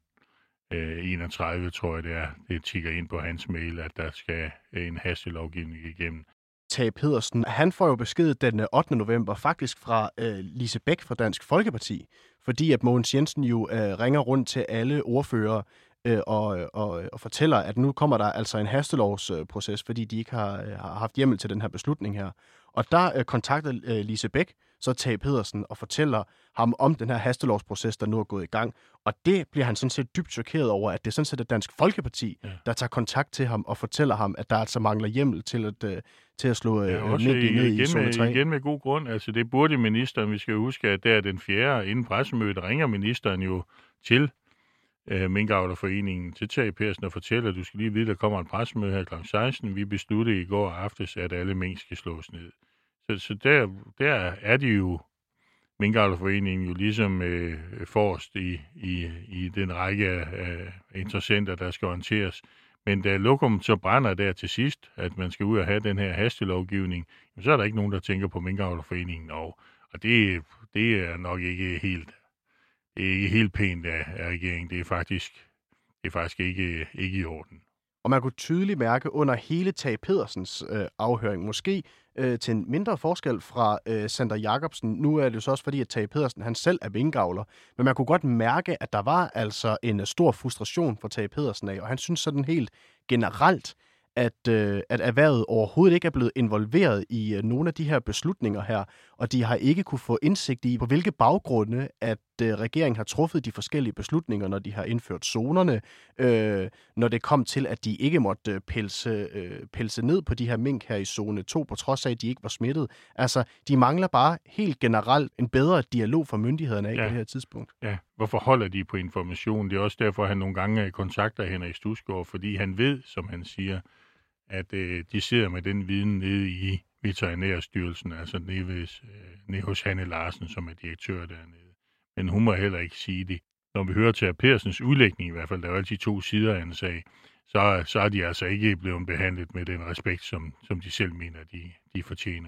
31, tror jeg det er. Det tikker ind på hans mail, at der skal en hastelovgivning igennem. Tage Pedersen, han får jo besked den 8. november, faktisk fra Lise Bech fra Dansk Folkeparti, fordi at Mogens Jensen jo ringer rundt til alle ordførere og fortæller, at nu kommer der altså en hastelovsproces, fordi de ikke har haft hjemmel til den her beslutning her. Og der kontakter Lise Bech så Tage Pedersen og fortæller ham om den her hastelovsproces, der nu er gået i gang. Og det bliver han sådan set dybt chokeret over, at det sådan set er Dansk Folkeparti, der tager kontakt til ham og fortæller ham, at der altså mangler hjemmel til at slå ned i zone 3. Igen med god grund. Altså det burde ministeren, vi skal huske, at der den 4. inden pressemødet ringer ministeren jo til Minkavlerforeningen, til Tage Pedersen og fortæller, at du skal lige vide, der kommer en pressemøde her kl. 16. Vi besluttede i går aftes, at alle mink skal slås ned. Så der er de jo, Minkavlerforeningen jo ligesom forrest i den række af interessenter, der skal håndteres. Men da lokum så brænder der til sidst, at man skal ud og have den her hastelovgivning, så er der ikke nogen, der tænker på Minkavlerforeningen. Og det er nok ikke helt pænt af regeringen. Det er faktisk ikke i orden. Og man kunne tydeligt mærke under hele Tage Pedersens afhøring, måske til en mindre forskel fra Sander Jacobsen. Nu er det jo så også fordi, at Tage Pedersen han selv er minkavler, men man kunne godt mærke, at der var altså en stor frustration for Tage Pedersen af, og han synes sådan helt generelt, at erhvervet overhovedet ikke er blevet involveret i nogle af de her beslutninger her, og de har ikke kunne få indsigt i, på hvilke baggrunde, at regeringen har truffet de forskellige beslutninger, når de har indført zonerne, når det kom til, at de ikke måtte pelse ned på de her mink her i zone 2, på trods af, at de ikke var smittet. Altså, de mangler bare helt generelt en bedre dialog fra myndighederne af på det her tidspunkt. Ja, hvorfor holder de på information? Det er også derfor, at han nogle gange kontakter Henrik Studsgaard, fordi han ved, som han siger, at de sidder med den viden nede i Veterinærstyrelsen, altså nede hos Hanne Larsen, som er direktør dernede. Men hun må heller ikke sige det. Når vi hører til Pedersens udlægning i hvert fald, der er jo altid 2 sider af en sag, så er de altså ikke blevet behandlet med den respekt, som de selv mener, de fortjener.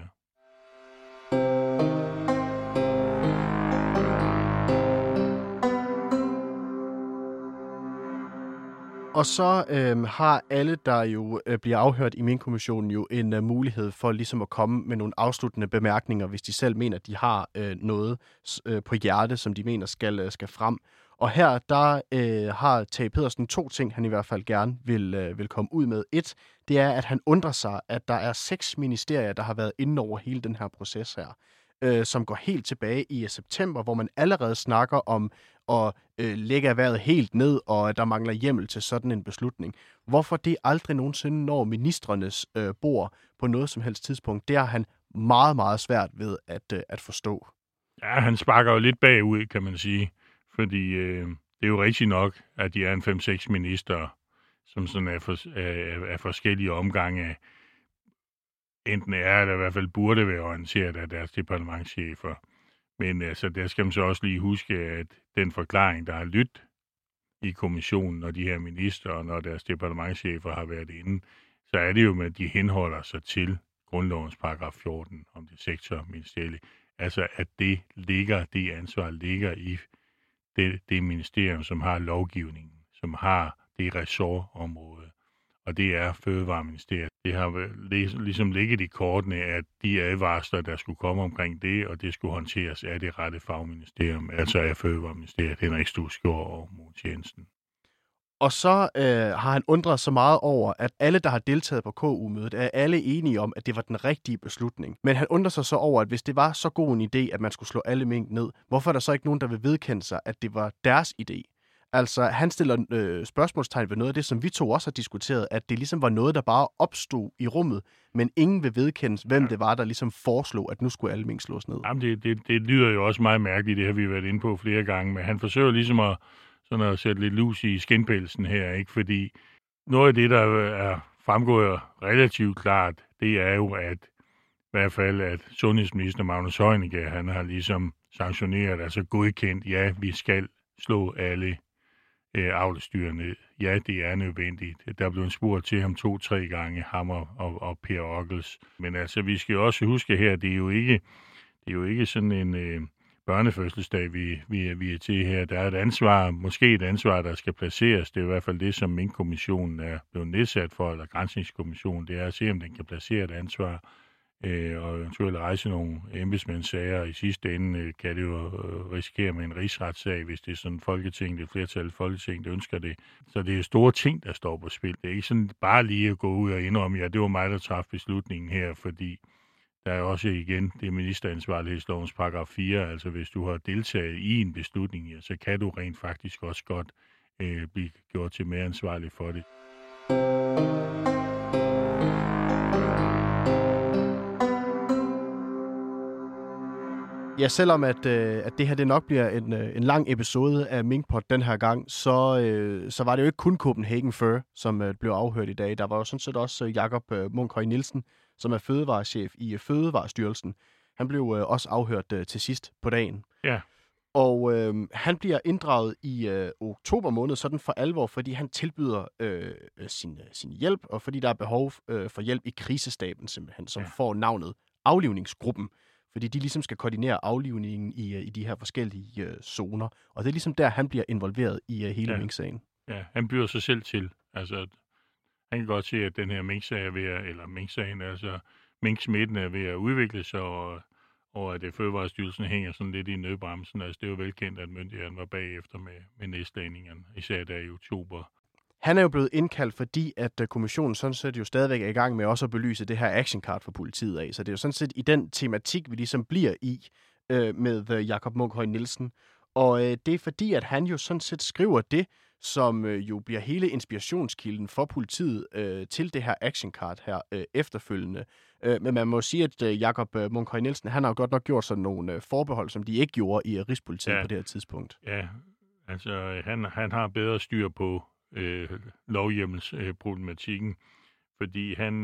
Og så har alle, der jo bliver afhørt i Minkkommissionen, jo en mulighed for ligesom at komme med nogle afsluttende bemærkninger, hvis de selv mener, at de har noget på hjerte, som de mener skal frem. Og her, der har Tage Pedersen 2 ting, han i hvert fald gerne vil komme ud med. 1, det er, at han undrer sig, at der er 6 ministerier, der har været inde over hele den her proces her, som går helt tilbage i september, hvor man allerede snakker om at lægge erhvervet helt ned, og at der mangler hjemmel til sådan en beslutning. Hvorfor det aldrig nogensinde når ministrenes bord på noget som helst tidspunkt, det er han meget, meget svært ved at forstå. Ja, han sparker jo lidt bagud, kan man sige. Fordi det er jo rigtigt nok, at de er en 5-6 minister, som sådan er forskellige omgange. Enten er eller i hvert fald burde være orienteret af deres departementschefer. Men altså, der skal man så også lige huske, at den forklaring, der er lyttet i kommissionen, når de her minister og når deres departementschefer har været inde, så er det jo med, at de henholder sig til grundlovens paragraf 14 om det sektorministerielle. Altså, at det ansvar ligger i det ministerium, som har lovgivningen, som har det ressortområde, og det er Fødevareministeriet. Det har ligesom ligget i kortene, at de advarsler, der skulle komme omkring det, og det skulle håndteres af det rette fagministerium, altså af Fødevareministeriet, Henrik Studsgaard og Mogens Jensen. Og så har han undret så meget over, at alle, der har deltaget på KU-mødet, er alle enige om, at det var den rigtige beslutning. Men han undrer sig så over, at hvis det var så god en idé, at man skulle slå alle mink ned, hvorfor er der så ikke nogen, der vil vedkende sig, at det var deres idé? Altså, han stiller spørgsmålstegn ved noget af det, som vi to også har diskuteret, at det ligesom var noget, der bare opstod i rummet, men ingen vil vedkende, hvem det var, der ligesom foreslog, at nu skulle alle mink slås ned. Jamen, det lyder jo også meget mærkeligt, det har vi været inde på flere gange, men han forsøger ligesom at sætte lidt lus i skinpelsen her, ikke? Fordi noget af det, der er fremgået relativt klart, det er jo, at i hvert fald, at sundhedsminister Magnus Heunicke, han har ligesom sanktioneret, altså godkendt, ja, vi skal slå alle avlsdyr ned. Ja, det er nødvendigt. Der blev spurgt til ham 2-3 gange, ham og Per Ockels. Men altså, vi skal også huske her, det er jo ikke sådan en børnefødselsdag, vi er til her. Der er et ansvar, måske et ansvar, der skal placeres. Det er i hvert fald det, som Mink-kommissionen er blevet nedsat for, eller Granskningskommissionen. Det er at se, om den kan placere et ansvar og eventuelt rejse nogle embedsmændssager. I sidste ende kan det jo risikere med en rigsretssag, hvis det er sådan Folketinget, et flertal i Folketinget, der ønsker det. Så det er store ting, der står på spil. Det er ikke sådan bare lige at gå ud og indrømme, ja, det var mig, der traf beslutningen her, fordi der er også igen det ministeransvarlighedslovens paragraf 4, altså hvis du har deltaget i en beslutning, ja, så kan du rent faktisk også godt blive gjort til mere ansvarlig for det. Ja, selvom at det her det nok bliver en lang episode af Minkpod den her gang, så var det jo ikke kun Copenhagen Fur, som blev afhørt i dag. Der var jo sådan set også Jakob Munch-Høj Nielsen, som er fødevarechef i Fødevarestyrelsen. Han blev også afhørt til sidst på dagen. Ja. Og han bliver inddraget i oktober måned, sådan for alvor, fordi han tilbyder sin hjælp, og fordi der er behov for hjælp i krisestaben simpelthen, som får navnet aflivningsgruppen. Fordi de ligesom skal koordinere aflivningen i de her forskellige zoner. Og det er ligesom der, han bliver involveret i hele Mink-sagen. Ja, han byder sig selv til. Altså, han kan godt se, at den her Mink-sag er ved eller Mink-sagen, altså Mink-smitten er ved at udvikle sig, og at Fødevarestyrelsen hænger sådan lidt i nødbremsen. Altså, det er jo velkendt, at myndighederne var bagefter med nedslagningerne, især der i oktober. Han er jo blevet indkaldt, fordi at kommissionen sådan set jo stadigvæk er i gang med også at belyse det her action card for politiet af. Så det er jo sådan set i den tematik, vi ligesom bliver i med Jakob Munch-Høj Nielsen. Og det er fordi, at han jo sådan set skriver det, som jo bliver hele inspirationskilden for politiet til det her action card her efterfølgende. Men man må sige, at Jakob Munch-Høj Nielsen, han har jo godt nok gjort sådan nogle forbehold, som de ikke gjorde i Rigspolitiet på det her tidspunkt. Ja, altså han har bedre styr på lovhjemmelsproblematikken, fordi han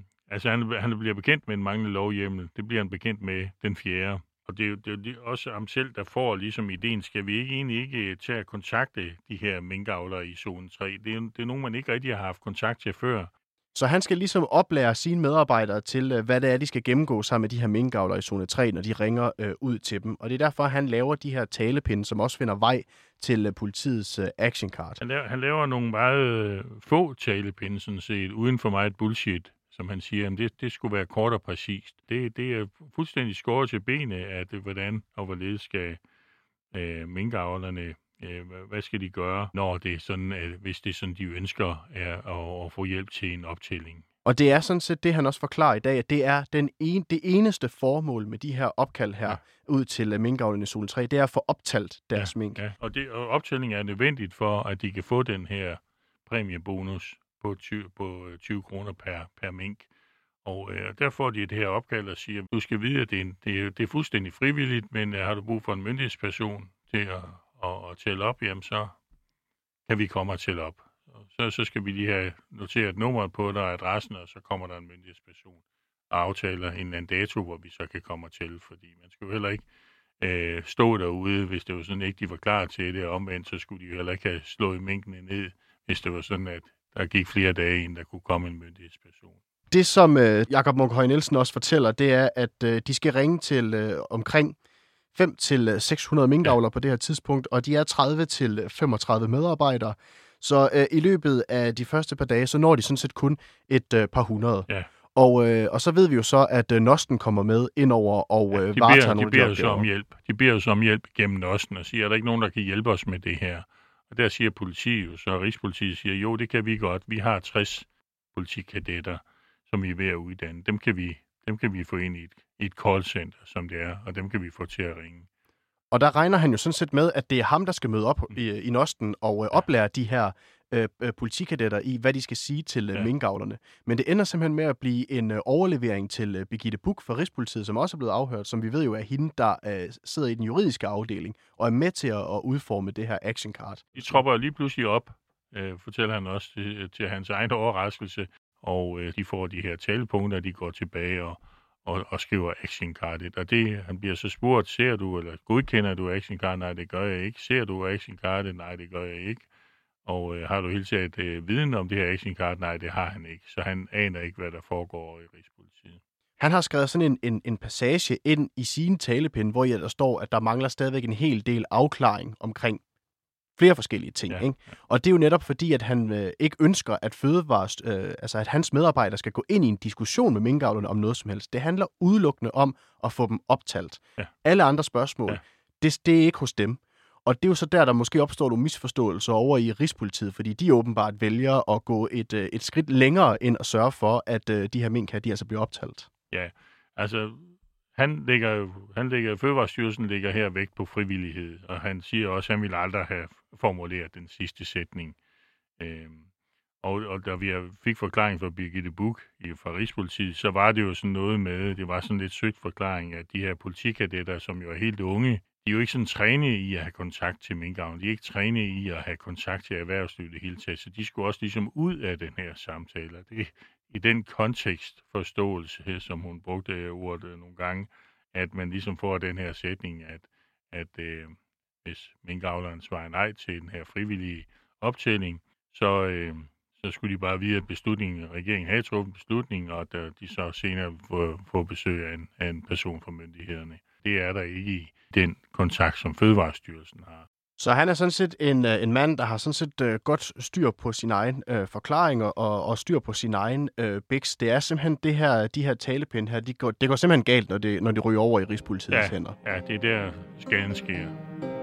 bliver bekendt med en manglende lovhjemmel. Det bliver han bekendt med den 4. Og det er jo også ham selv, der får ligesom ideen, skal vi egentlig ikke tage at kontakte de her minkavlere i zone 3? Det er nogen, man ikke rigtig har haft kontakt til før. Så han skal ligesom oplære sine medarbejdere til, hvad det er, de skal gennemgå sammen med de her minkavlere i zone 3, når de ringer ud til dem. Og det er derfor, han laver de her talepinde, som også finder vej til politiets action card. Han laver nogle meget få talepinde, sådan set, uden for meget bullshit, som han siger. Jamen det skulle være kort og præcist. Det er fuldstændig skåret til benet, at hvordan og hvorledes skal minkavlerne, hvad skal de gøre, når det er sådan, hvis det er sådan, de ønsker at få hjælp til en optælling. Og det er sådan set det, han også forklarer i dag, at det er det eneste formål med de her opkald her ud til minkavlerne i zone 3, det er at få optalt deres mink. Ja. Og optælling er nødvendigt for, at de kan få den her præmiebonus på 20 kroner per mink. Og der får de det her opkald og siger, du skal vide, at det er fuldstændig frivilligt, men har du brug for en myndighedsperson til at tælle op, jamen så kan vi komme og tælle op. Så skal vi lige have noteret nummeret på dig og adressen, og så kommer der en myndighedsperson og aftaler en anden dato, hvor vi så kan komme og tælle, fordi man skal jo heller ikke stå derude, hvis det var sådan ikke, de var klar til det, og omvendt, så skulle de jo heller ikke have slået minkene ned, hvis det var sådan, at der gik flere dage, inden der kunne komme en myndighedsperson. Det, som Jakob Munch-Høj Nielsen også fortæller, det er, at de skal ringe til omkring 500-600 minkavlere på det her tidspunkt, og de er 30-35 medarbejdere. Så i løbet af de første par dage, så når de sådan set kun et par hundrede. Ja. Og så ved vi jo så, at NOST'en kommer med indover og varetager nogle af de opgaver. De beder jo så om hjælp gennem NOST'en og siger, er der ikke nogen, der kan hjælpe os med det her? Og der siger politiet jo så, Rigspolitiet siger, jo, det kan vi godt. Vi har 60 politikadetter, som vi er ved at uddanne. Dem kan vi få ind i et callcenter, som det er, og dem kan vi få til at ringe. Og der regner han jo sådan set med, at det er ham, der skal møde op i Nosten og oplære de her politikadetter i, hvad de skal sige til minkavlerne. Men det ender simpelthen med at blive en overlevering til Birgitte Buch fra Rigspolitiet, som også er blevet afhørt, som vi ved jo er hende, der sidder i den juridiske afdeling og er med til at udforme det her action card. De tropper lige pludselig op, fortæller han også til hans egen overraskelse, og de får de her talepunkter, de går tilbage og skriver action cardet. Og det, han bliver så spurgt, ser du, eller godkender du action card? Nej, det gør jeg ikke. Ser du action cardet? Nej, det gør jeg ikke. Og har du hele taget viden om det her action card? Nej, det har han ikke. Så han aner ikke, hvad der foregår i Rigspolitiet. Han har skrevet sådan en passage ind i sine talepinde, hvor der står, at der mangler stadigvæk en hel del afklaring omkring flere forskellige ting. Ja, ikke? Og det er jo netop fordi, at han ikke ønsker, at at hans medarbejdere skal gå ind i en diskussion med minkavlerne om noget som helst. Det handler udelukkende om at få dem optalt. Ja. Alle andre spørgsmål, det er ikke hos dem. Og det er jo så der måske opstår nogle misforståelser over i Rigspolitiet, fordi de åbenbart vælger at gå et skridt længere ind og sørge for, at de her mink her, de altså bliver optalt. Ja, altså Fødevarestyrelsen ligger her vægt på frivillighed, og han siger også, at han ville aldrig have formuleret den sidste sætning. Og da vi fik forklaring fra Birgitte Buch fra Rigspolitiet, så var det jo sådan noget med, det var sådan lidt søgt forklaring, at de her politikadetter, som jo er helt unge, de er jo ikke sådan trænet i at have kontakt til minkavlen. De er ikke trænet i at have kontakt til erhvervslivet det hele taget, så de skulle også ligesom ud af den her samtale. Det i den kontekstforståelse her, som hun brugte ordet nogle gange, at man ligesom får den her sætning, at hvis minkavleren svarer nej til den her frivillige optælling, så skulle de bare vide, at regeringen havde truffet en beslutning, og at de så senere får besøg af en person fra myndighederne. Det er der ikke i den kontakt, som Fødevarestyrelsen har. Så han er sådan set en mand, der har sådan set godt styr på sine egne forklaringer og styr på sin egen biks. Det er simpelthen de her talepinde her, det går simpelthen galt, når det ryger over i Rigspolitiets hænder. Ja, det er der skaden sker.